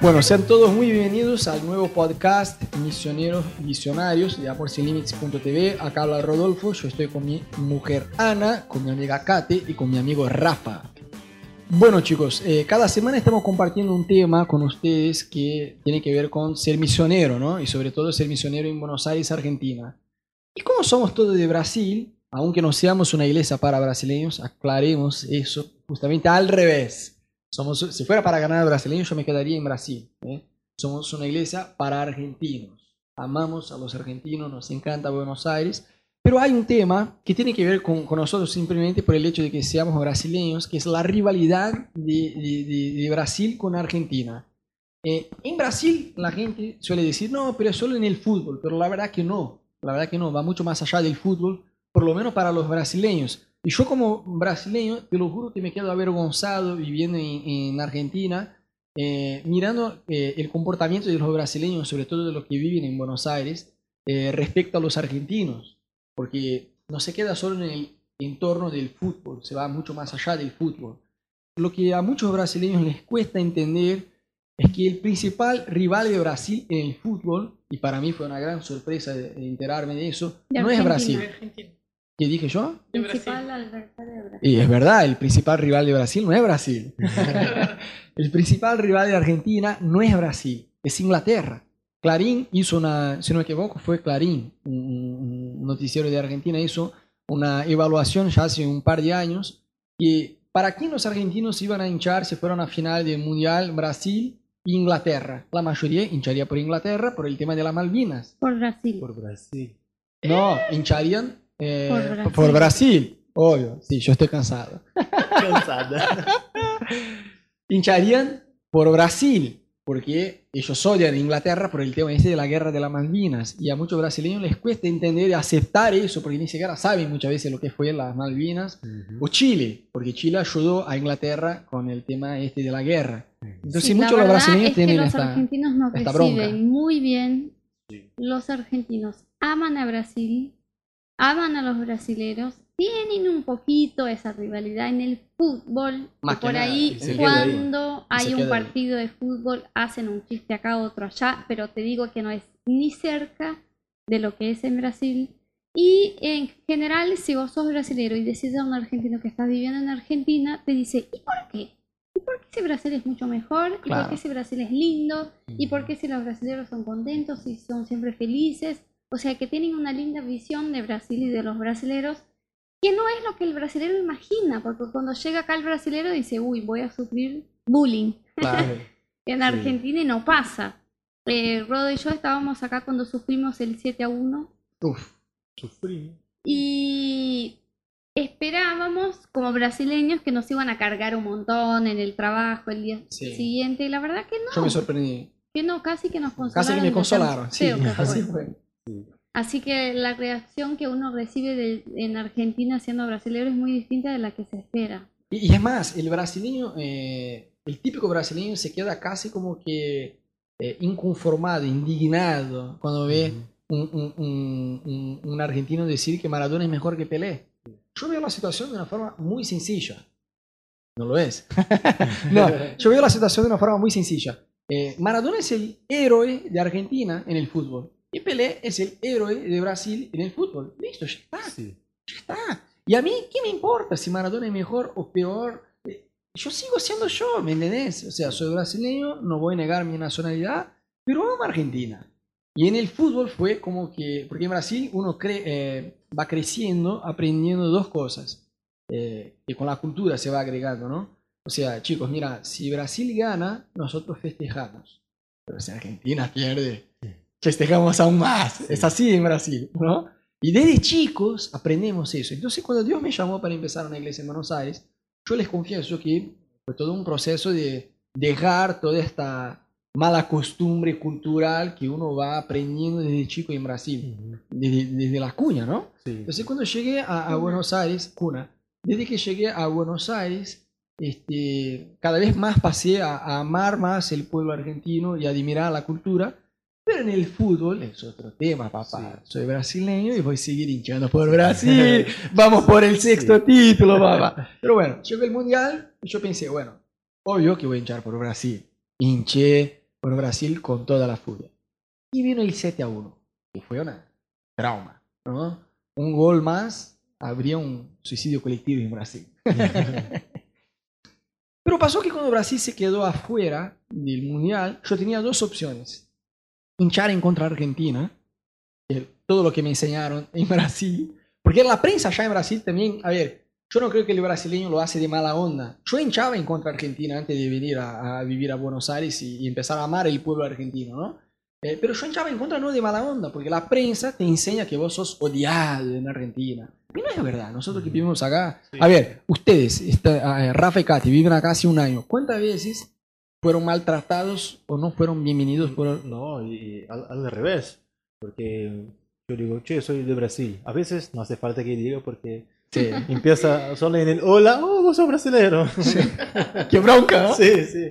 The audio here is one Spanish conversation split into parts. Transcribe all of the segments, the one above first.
Bueno, sean todos muy bienvenidos al nuevo podcast Misioneros Visionarios de AmorSinLímites.tv. Acá habla Rodolfo, yo estoy con mi mujer Ana, con mi amiga Kate y con mi amigo Rafa. Bueno chicos, cada semana estamos compartiendo un tema con ustedes que tiene que ver con ser misionero, ¿no? Y sobre todo ser misionero en Buenos Aires, Argentina. Y como somos todos de Brasil, aunque no seamos una iglesia para brasileños, aclaremos eso justamente al revés. Si fuera para ganar brasileños, yo me quedaría en Brasil, ¿eh? Somos una iglesia para argentinos. Amamos a los argentinos, nos encanta Buenos Aires. Pero hay un tema que tiene que ver con nosotros simplemente por el hecho de que seamos brasileños, que es la rivalidad de Brasil con Argentina. En Brasil la gente suele decir, no, pero es solo en el fútbol, pero la verdad que no. La verdad que no, va mucho más allá del fútbol, por lo menos para los brasileños. Y yo como brasileño, te lo juro que me quedo avergonzado viviendo en Argentina, mirando el comportamiento de los brasileños, sobre todo de los que viven en Buenos Aires, respecto a los argentinos. Porque no se queda solo en el entorno del fútbol, se va mucho más allá del fútbol. Lo que a muchos brasileños les cuesta entender es que el principal rival de Brasil en el fútbol, y para mí fue una gran sorpresa de enterarme de eso, no es Brasil. ¿Qué dije yo? Principal adversario de Brasil. Y es verdad, el principal rival de Brasil no es Brasil. El principal rival de Argentina no es Brasil, es Inglaterra. Clarín hizo si no me equivoco, fue Clarín, un noticiero de Argentina, hizo una evaluación ya hace un par de años. Y ¿para quién los argentinos iban a hinchar si fuera una final del Mundial Brasil e Inglaterra? La mayoría hincharía por Inglaterra por el tema de las Malvinas. Por Brasil. Por Brasil. No, hincharían por Brasil. Obvio, sí, yo estoy cansado. Cansada. Hincharían por Brasil, porque ellos odian a Inglaterra por el tema de la guerra de las Malvinas. Y a muchos brasileños les cuesta entender y aceptar eso, porque ni siquiera saben muchas veces lo que fue las Malvinas. O Chile, porque Chile ayudó a Inglaterra con el tema de la guerra. Entonces sí, muchos de los brasileños es que tienen los argentinos nos esta reciben bronca. muy bien. Sí. Los argentinos aman a Brasil, aman a los brasileros, tienen un poquito esa rivalidad en el fútbol. Más Y que por nada, ahí, y se queda ahí. cuando Y se hay un queda ahí. partido de fútbol, hacen un chiste acá, otro allá, pero te digo que no es ni cerca de lo que es en Brasil. Y en general, si vos sos brasilero y decís a un argentino que estás viviendo en Argentina, te dice, ¿y por qué? ¿Y por qué ese Brasil es mucho mejor? ¿Y Claro. por qué ese Brasil es lindo? ¿Y por qué si los brasileños son contentos y son siempre felices? O sea, que tienen una linda visión de Brasil y de los brasileros, que no es lo que el brasilero imagina, porque cuando llega acá el brasilero dice, uy, voy a sufrir bullying. Claro. En Argentina y no pasa. Rodo y yo estábamos acá cuando sufrimos el 7-1 Uf. Sufrí. y esperábamos como brasileños que nos iban a cargar un montón en el trabajo el día Sí. siguiente, y la verdad que Yo me no, sorprendí. que no, casi que nos consolaron. Casi que me de consolaron. tan Sí, feo que fue. así fue. Así que la reacción que uno recibe en Argentina siendo brasileño es muy distinta de la que se espera. Y es más, el brasileño, el típico brasileño se queda casi como que inconformado, indignado cuando ve un argentino decir que Maradona es mejor que Pelé. Yo veo la situación de una forma muy sencilla. No lo es. No, yo veo la situación de una forma muy sencilla. Maradona es el héroe de Argentina en el fútbol. Y Pelé es el héroe de Brasil en el fútbol. Listo, ya está. Sí. Ya está. Y a mí, ¿qué me importa si Maradona es mejor o peor? Yo sigo siendo yo, ¿me entendés? O sea, soy brasileño, no voy a negar mi nacionalidad, pero amo a Argentina. Y en el fútbol fue como que, porque en Brasil uno va creciendo, aprendiendo dos cosas, que con la cultura se va agregando, ¿no? O sea, chicos, mira, si Brasil gana, nosotros festejamos. Pero si Argentina pierde, festejamos aún más. Sí. Es así en Brasil, ¿no? Y desde chicos aprendemos eso. Entonces, cuando Dios me llamó para empezar una iglesia en Buenos Aires, yo les confieso que fue todo un proceso de dejar toda esta mala costumbre cultural que uno va aprendiendo desde chico en Brasil, desde la cuna, ¿no? Sí. Entonces, cuando llegué a Buenos Aires, desde que llegué a Buenos Aires, cada vez más pasé a amar más el pueblo argentino y a admirar la cultura. Pero en el fútbol es otro tema, papá. Sí. Soy brasileño y voy a seguir hinchando por Brasil. Vamos por el sexto título, papá. Pero bueno, llegó el Mundial y yo pensé, bueno, obvio que voy a hinchar por Brasil. Hinché por Brasil con toda la furia. Y vino el 7-1, que fue una trauma, ¿no? Un gol más habría un suicidio colectivo en Brasil. Pero pasó que cuando Brasil se quedó afuera del Mundial, yo tenía dos opciones. Hinchar en contra de Argentina, todo lo que me enseñaron en Brasil, porque la prensa allá en Brasil también, a ver, yo no creo que el brasileño lo hace de mala onda. Yo hinchaba en contra de Argentina antes de venir a vivir a Buenos Aires y empezar a amar el pueblo argentino, ¿no? Pero yo hinchaba en contra no de mala onda, porque la prensa te enseña que vos sos odiado en Argentina. Y no es verdad, nosotros que vivimos acá... Sí. A ver, ustedes, Rafa y Katy, viven acá hace un año. ¿Cuántas veces fueron maltratados o no fueron bienvenidos por... No, y al revés. Porque yo digo, che, soy de Brasil. A veces no hace falta que diga porque Sí. empieza solo en el hola, oh, vos sos brasilero. Sí. ¡Qué bronca! ¿No? Sí, sí.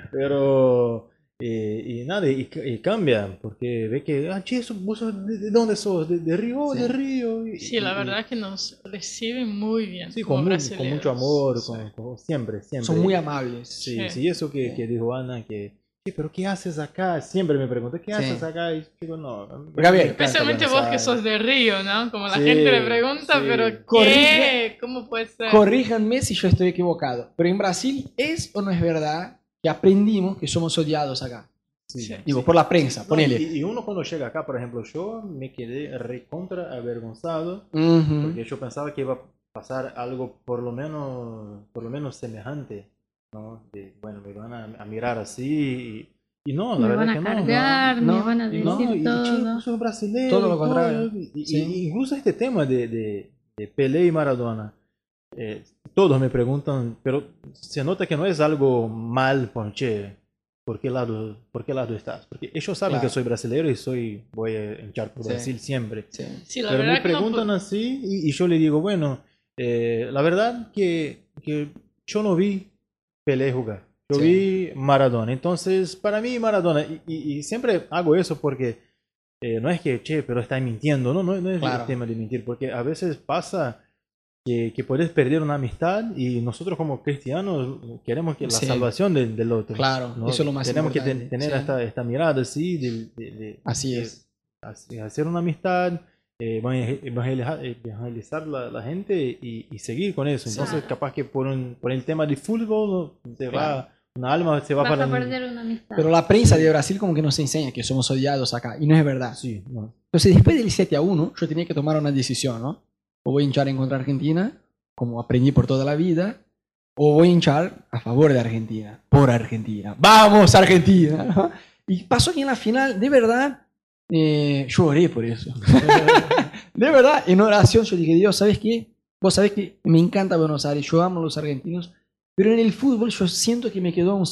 Pero, y nada, y cambia, porque ve que, ah, che, vos sos ¿de dónde sos? ¿De Río? Sí. De Río. Sí, la verdad es que nos reciben muy bien Sí, como con brasileños. mucho amor, Sí. siempre, siempre. Son muy amables. Sí, Sí. sí, eso que dijo Ana, que, "Che, pero ¿qué haces acá?" Siempre me pregunta, ¿qué Sí. haces acá? Y digo, no. Porque, a ver, Especialmente vos que sos de Río, ¿no? Como la Sí, gente le pregunta, sí. pero Corrige- ¿qué? ¿Cómo puede ser? Corríjanme si yo estoy equivocado, pero en Brasil ¿es o no es verdad que aprendimos que somos odiados acá? Sí. Digo, por la prensa, No, ponele. y uno cuando llega acá, por ejemplo, yo me quedé recontra avergonzado Ujú. porque yo pensaba que iba a pasar algo por lo menos semejante, ¿no? Bueno, me van a mirar así y no, la Me verdad van a que no, cargar, no, me van a no, decir y todo. che, vos sos brasileño, Todo lo y contrario. y Sí. incluso este tema de Pelé y Maradona, todos me preguntan, pero se nota que no es algo mal, che, ¿por qué lado estás? Porque ellos saben Claro. que soy brasileño y voy a hinchar por Sí. Brasil siempre. Sí. Sí, la Pero me verdad que no preguntan así y yo le digo, bueno, la verdad que yo no vi Pelé jugar, yo Sí. vi Maradona. Entonces, para mí Maradona, y siempre hago eso porque no es que, che, pero está mintiendo, no es Claro. el tema de mentir, porque a veces pasa que puedes perder una amistad y nosotros como cristianos queremos que la Sí. salvación del otro. Claro, ¿no? eso es lo más Tenemos importante. que tener Sí. esta mirada así de Así es. hacer una amistad, evangelizar la gente y seguir con eso. Sí. Entonces, capaz que por el tema de fútbol, Claro. una alma se va Vas para a perder una amistad. Pero la prensa de Brasil como que nos enseña que somos odiados acá, y no es verdad. Sí, no. Entonces, después del 7-1, yo tenía que tomar una decisión, ¿no? O voy a hinchar en contra de Argentina, como aprendí por toda la vida, o voy a hinchar a favor de Argentina, por Argentina. ¡Vamos, Argentina! ¿no? Y pasó que en la final, de verdad, yo oré por eso. De verdad, en oración yo dije, Dios, ¿sabes qué? Vos sabés que me encanta Buenos Aires, yo amo a los argentinos, pero en el fútbol yo siento que me quedó un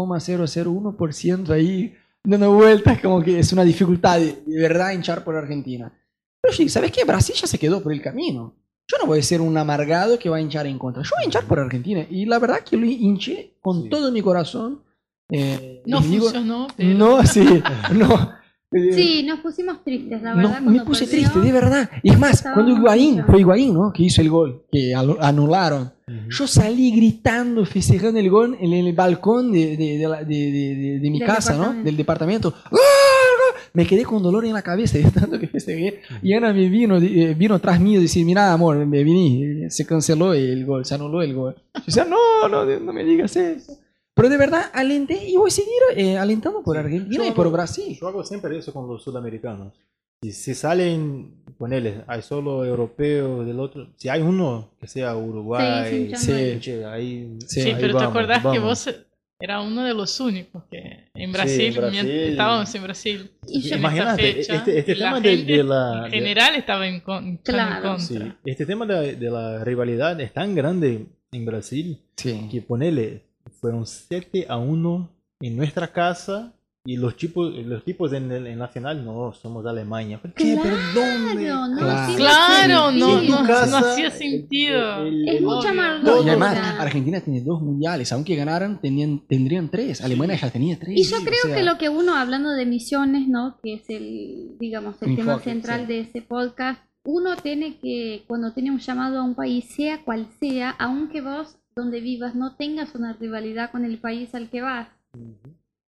0,001% ahí dando vueltas, como que es una dificultad de verdad hinchar por Argentina. Pero yo dije, ¿sabes qué? Brasil ya se quedó por el camino. Yo no voy a ser un amargado que va a hinchar en contra. Yo voy a hinchar por Argentina. Y la verdad que lo hinché con Sí. todo mi corazón. No les digo, funcionó, pero... no, sí, no. Sí, nos pusimos tristes, la No, verdad. me cuando puse perdió. triste, de verdad. Y es más, Estábamos cuando Higuaín, hinchados. fue Higuaín, ¿no? Que hizo el gol, que anularon. Yo salí gritando, festejando el gol en el balcón de mi Del casa, ¿no? departamento. Del departamento. ¡Ah! Me quedé con dolor en la cabeza de tanto que festejé. Y Ana me vino tras mí y decir, mira, amor, me vine, se canceló el gol, se anuló el gol. Yo decía, no me digas eso. Pero de verdad alenté y voy a seguir alentando por Argentina y por Brasil. Yo hago siempre eso con los sudamericanos. Si salen, ponele, hay solo europeos del otro. Si hay uno que sea Uruguay, Sí, sí. che, ahí, Sí, Sí, ahí pero te vamos, acordás que vamos. vos era uno de los únicos que en Sí, Brasil, en Brasil. estábamos en Brasil. Y yo- en Imagínate, esta fecha, este y la tema gente de la... en general estaba en Claro. contra. Sí, este tema de la rivalidad es tan grande en Brasil Sí. que ponele, fueron 7-1 en nuestra casa y los tipos en la final, no, somos de Alemania. ¿Qué? Claro, ¿Pero dónde? no Claro. tiene Claro, no, sentido. En tu no, casa, no hacía sentido. Es mucha Obvio. amargura. Y además, Argentina tiene 2 mundiales. Aunque ganaran, tendrían 3. Alemania ya tenía 3. Y yo creo que lo que uno, hablando de misiones, ¿no? Que es el, digamos, el tema Enfoque, central sí. de ese podcast, uno tiene que, cuando tiene un llamado a un país, sea cual sea, aunque vos donde vivas no tengas una rivalidad con el país al que vas,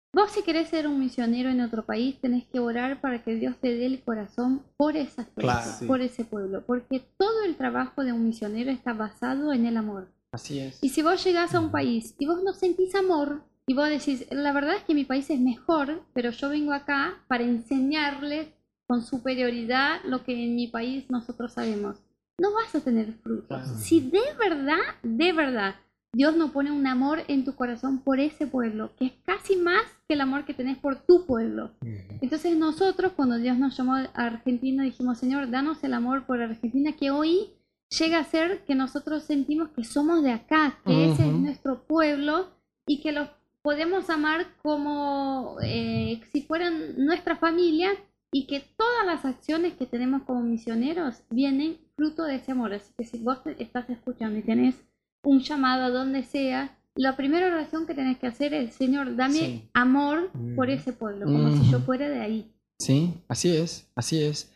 Vos si querés ser un misionero en otro país, tenés que orar para que Dios te dé el corazón por esas personas, Claro. por ese pueblo, porque todo el trabajo de un misionero está basado en el amor. Así es. Y si vos llegás a un país y vos no sentís amor, y vos decís, la verdad es que mi país es mejor, pero yo vengo acá para enseñarles con superioridad lo que en mi país nosotros sabemos, no vas a tener frutos. Claro. Si de verdad, Dios no pone un amor en tu corazón por ese pueblo, que es casi más que el amor que tenés por tu pueblo. Entonces nosotros, cuando Dios nos llamó a Argentina, dijimos, Señor, danos el amor por Argentina, que hoy llega a ser que nosotros sentimos que somos de acá, que ese es nuestro pueblo y que los podemos amar como si fueran nuestra familia, y que todas las acciones que tenemos como misioneros vienen fruto de ese amor. Así que si vos estás escuchando y tenés un llamado a donde sea, la primera oración que tenés que hacer es, Señor, dame amor por ese pueblo, como si yo fuera de ahí. Sí, así es, así es.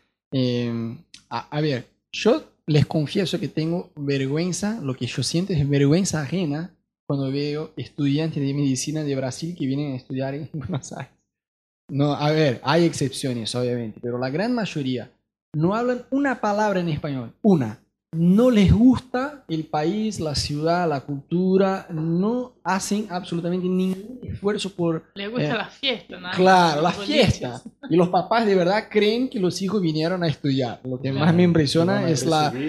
A ver, yo les confieso que tengo vergüenza, lo que yo siento es vergüenza ajena cuando veo estudiantes de medicina de Brasil que vienen a estudiar en Buenos Aires. No, a ver, hay excepciones, obviamente, pero la gran mayoría no hablan una palabra en español, una. No les gusta el país, la ciudad, la cultura, no hacen absolutamente ningún esfuerzo por... Le gusta la fiesta, ¿no? Claro, Los las boliches. fiestas. Y los papás de verdad creen que los hijos vinieron a estudiar. Lo que más me impresiona es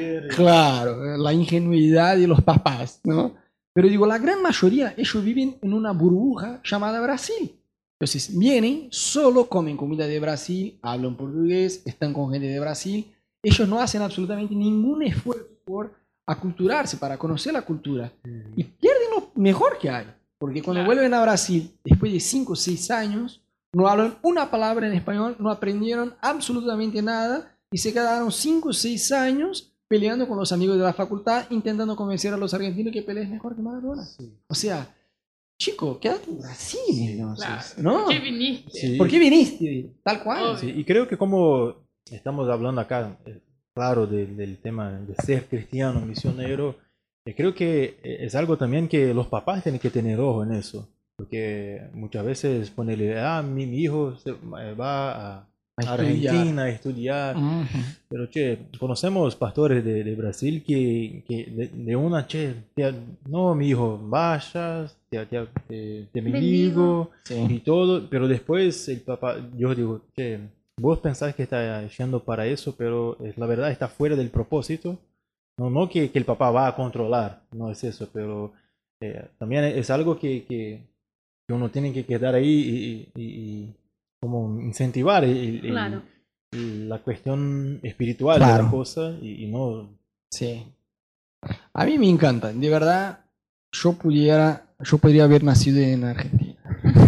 la ingenuidad de los papás, ¿no? Pero digo, la gran mayoría, ellos viven en una burbuja llamada Brasil. Entonces vienen, solo comen comida de Brasil, hablan portugués, están con gente de Brasil. Ellos no hacen absolutamente ningún esfuerzo por aculturarse, para conocer la cultura. Y pierden lo mejor que hay. Porque cuando vuelven a Brasil, después de 5 o 6 años, no hablan una palabra en español, no aprendieron absolutamente nada y se quedaron 5 o 6 años peleando con los amigos de la facultad, intentando convencer a los argentinos que Pelé es mejor que Maradona. O sea, chico, quédate en Brasil, entonces, Claro. ¿no? ¿Por qué viniste? Sí. ¿Por qué viniste? Tal cual. Obvio. Sí, y creo que como estamos hablando acá, claro, del tema de ser cristiano, misionero, creo que es algo también que los papás tienen que tener ojo en eso, porque muchas veces ponerle, mi hijo va a Argentina a estudiar, pero che, conocemos pastores de Brasil que de una, no, mi hijo, vayas, te bendigo Sí. y todo, pero después el papá, yo digo, che, vos pensás que está yendo para eso, pero la verdad está fuera del propósito. No que el papá va a controlar, no es eso, pero también es algo que uno tiene que quedar ahí y como incentivar Claro. la cuestión espiritual de Claro. la cosa y no... Sí. A mí me encanta. De verdad, yo podría haber nacido en Argentina.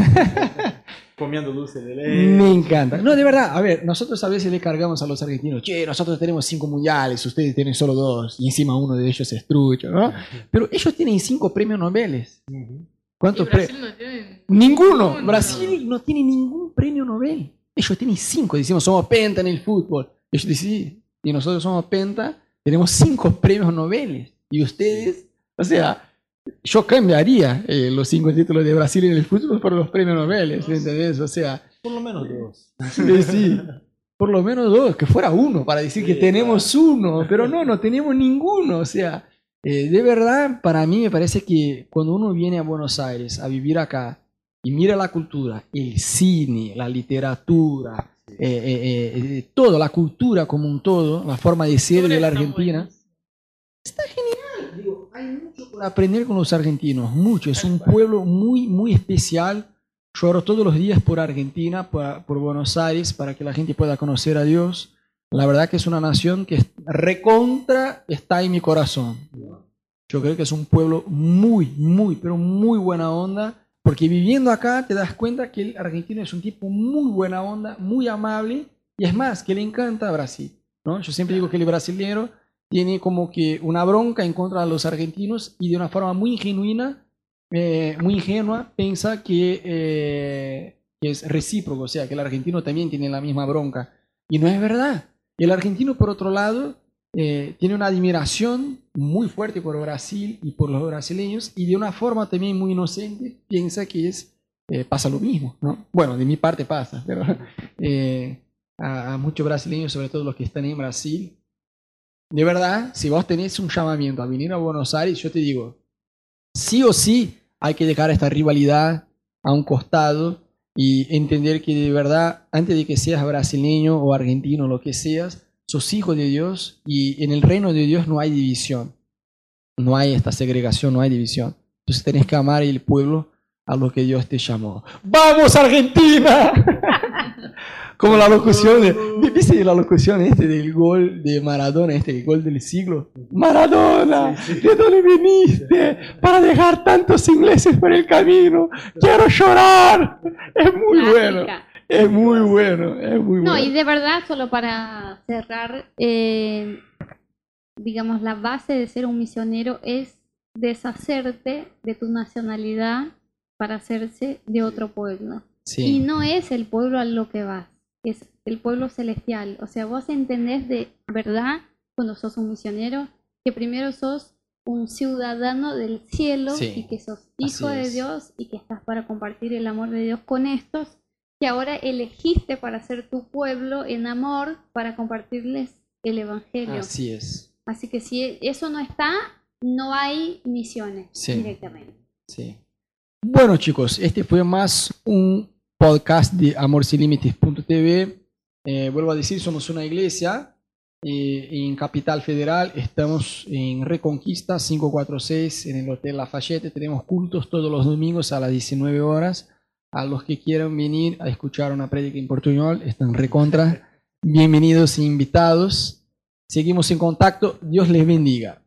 Comiendo dulce de leche. Me encanta. No, de verdad, a ver, nosotros a veces le cargamos a los argentinos, che, nosotros tenemos 5 mundiales, ustedes tienen solo 2, y encima uno de ellos es trucho, ¿no? Pero ellos tienen 5 premios Nobel. Ujú. ¿Cuántos Y premios? Brasil no tiene Ninguno. Brasil no tiene ningún premio Nobel. Ellos tienen 5. Decimos, somos penta en el fútbol. Ellos dicen, sí, y nosotros somos penta, tenemos 5 premios Nobel. Y ustedes, o sea, yo cambiaría los 5 títulos de Brasil en el fútbol por los premios Nobel, ¿entendés? O sea, Por lo menos 2. sí, por lo menos 2, que fuera uno, para decir que tenemos uno, pero no tenemos ninguno, o sea, de verdad, para mí me parece que cuando uno viene a Buenos Aires a vivir acá y mira la cultura, el cine, la literatura, todo, la cultura como un todo, la forma de ser de la Argentina, está genial. Digo, hay mucho por aprender con los argentinos, mucho. Es un pueblo muy, muy especial. Yo oro todos los días por Argentina, por Buenos Aires, para que la gente pueda conocer a Dios. La verdad que es una nación que recontra está en mi corazón. Yo creo que es un pueblo muy, muy, pero muy buena onda, porque viviendo acá te das cuenta que el argentino es un tipo muy buena onda, muy amable, y es más, que le encanta Brasil, ¿no? Yo siempre digo que el brasileño tiene como que una bronca en contra de los argentinos y de una forma muy genuina, muy ingenua, piensa que es recíproco, o sea, que el argentino también tiene la misma bronca. Y no es verdad. El argentino, por otro lado, tiene una admiración muy fuerte por Brasil y por los brasileños, y de una forma también muy inocente piensa que es pasa lo mismo, ¿no? Bueno, de mi parte pasa, pero a muchos brasileños, sobre todo los que están en Brasil, de verdad, si vos tenés un llamamiento a venir a Buenos Aires, yo te digo, sí o sí hay que dejar esta rivalidad a un costado y entender que de verdad, antes de que seas brasileño o argentino, lo que seas, sos hijo de Dios y en el reino de Dios no hay división. No hay esta segregación, no hay división. Entonces tenés que amar el pueblo a lo que Dios te llamó. ¡Vamos, Argentina! Como la locución ¿viste la locución del gol de Maradona, el gol del siglo? Maradona, ¿de dónde viniste para dejar tantos ingleses por el camino? ¡Quiero llorar! Es muy bueno. Es muy bueno, es muy bueno. No, y de verdad, solo para cerrar, digamos, la base de ser un misionero es deshacerte de tu nacionalidad para hacerse de otro pueblo. Sí. Y no es el pueblo a lo que vas, es el pueblo celestial. O sea, vos entendés de verdad, cuando sos un misionero, que primero sos un ciudadano del cielo, Sí, y que sos hijo así de es. Dios y que estás para compartir el amor de Dios con estos, que ahora elegiste para ser tu pueblo en amor, para compartirles el evangelio. Así es. Así que si eso no está, no hay misiones Sí. directamente. Sí. Bueno, chicos, este fue más un podcast de amorsinlimites.tv. Vuelvo a decir, somos una iglesia en Capital Federal. Estamos en Reconquista 546 en el Hotel Lafayette. Tenemos cultos todos los domingos a las 19 horas. A los que quieran venir a escuchar una prédica en portuñol, están recontra bienvenidos e invitados. Seguimos en contacto. Dios les bendiga.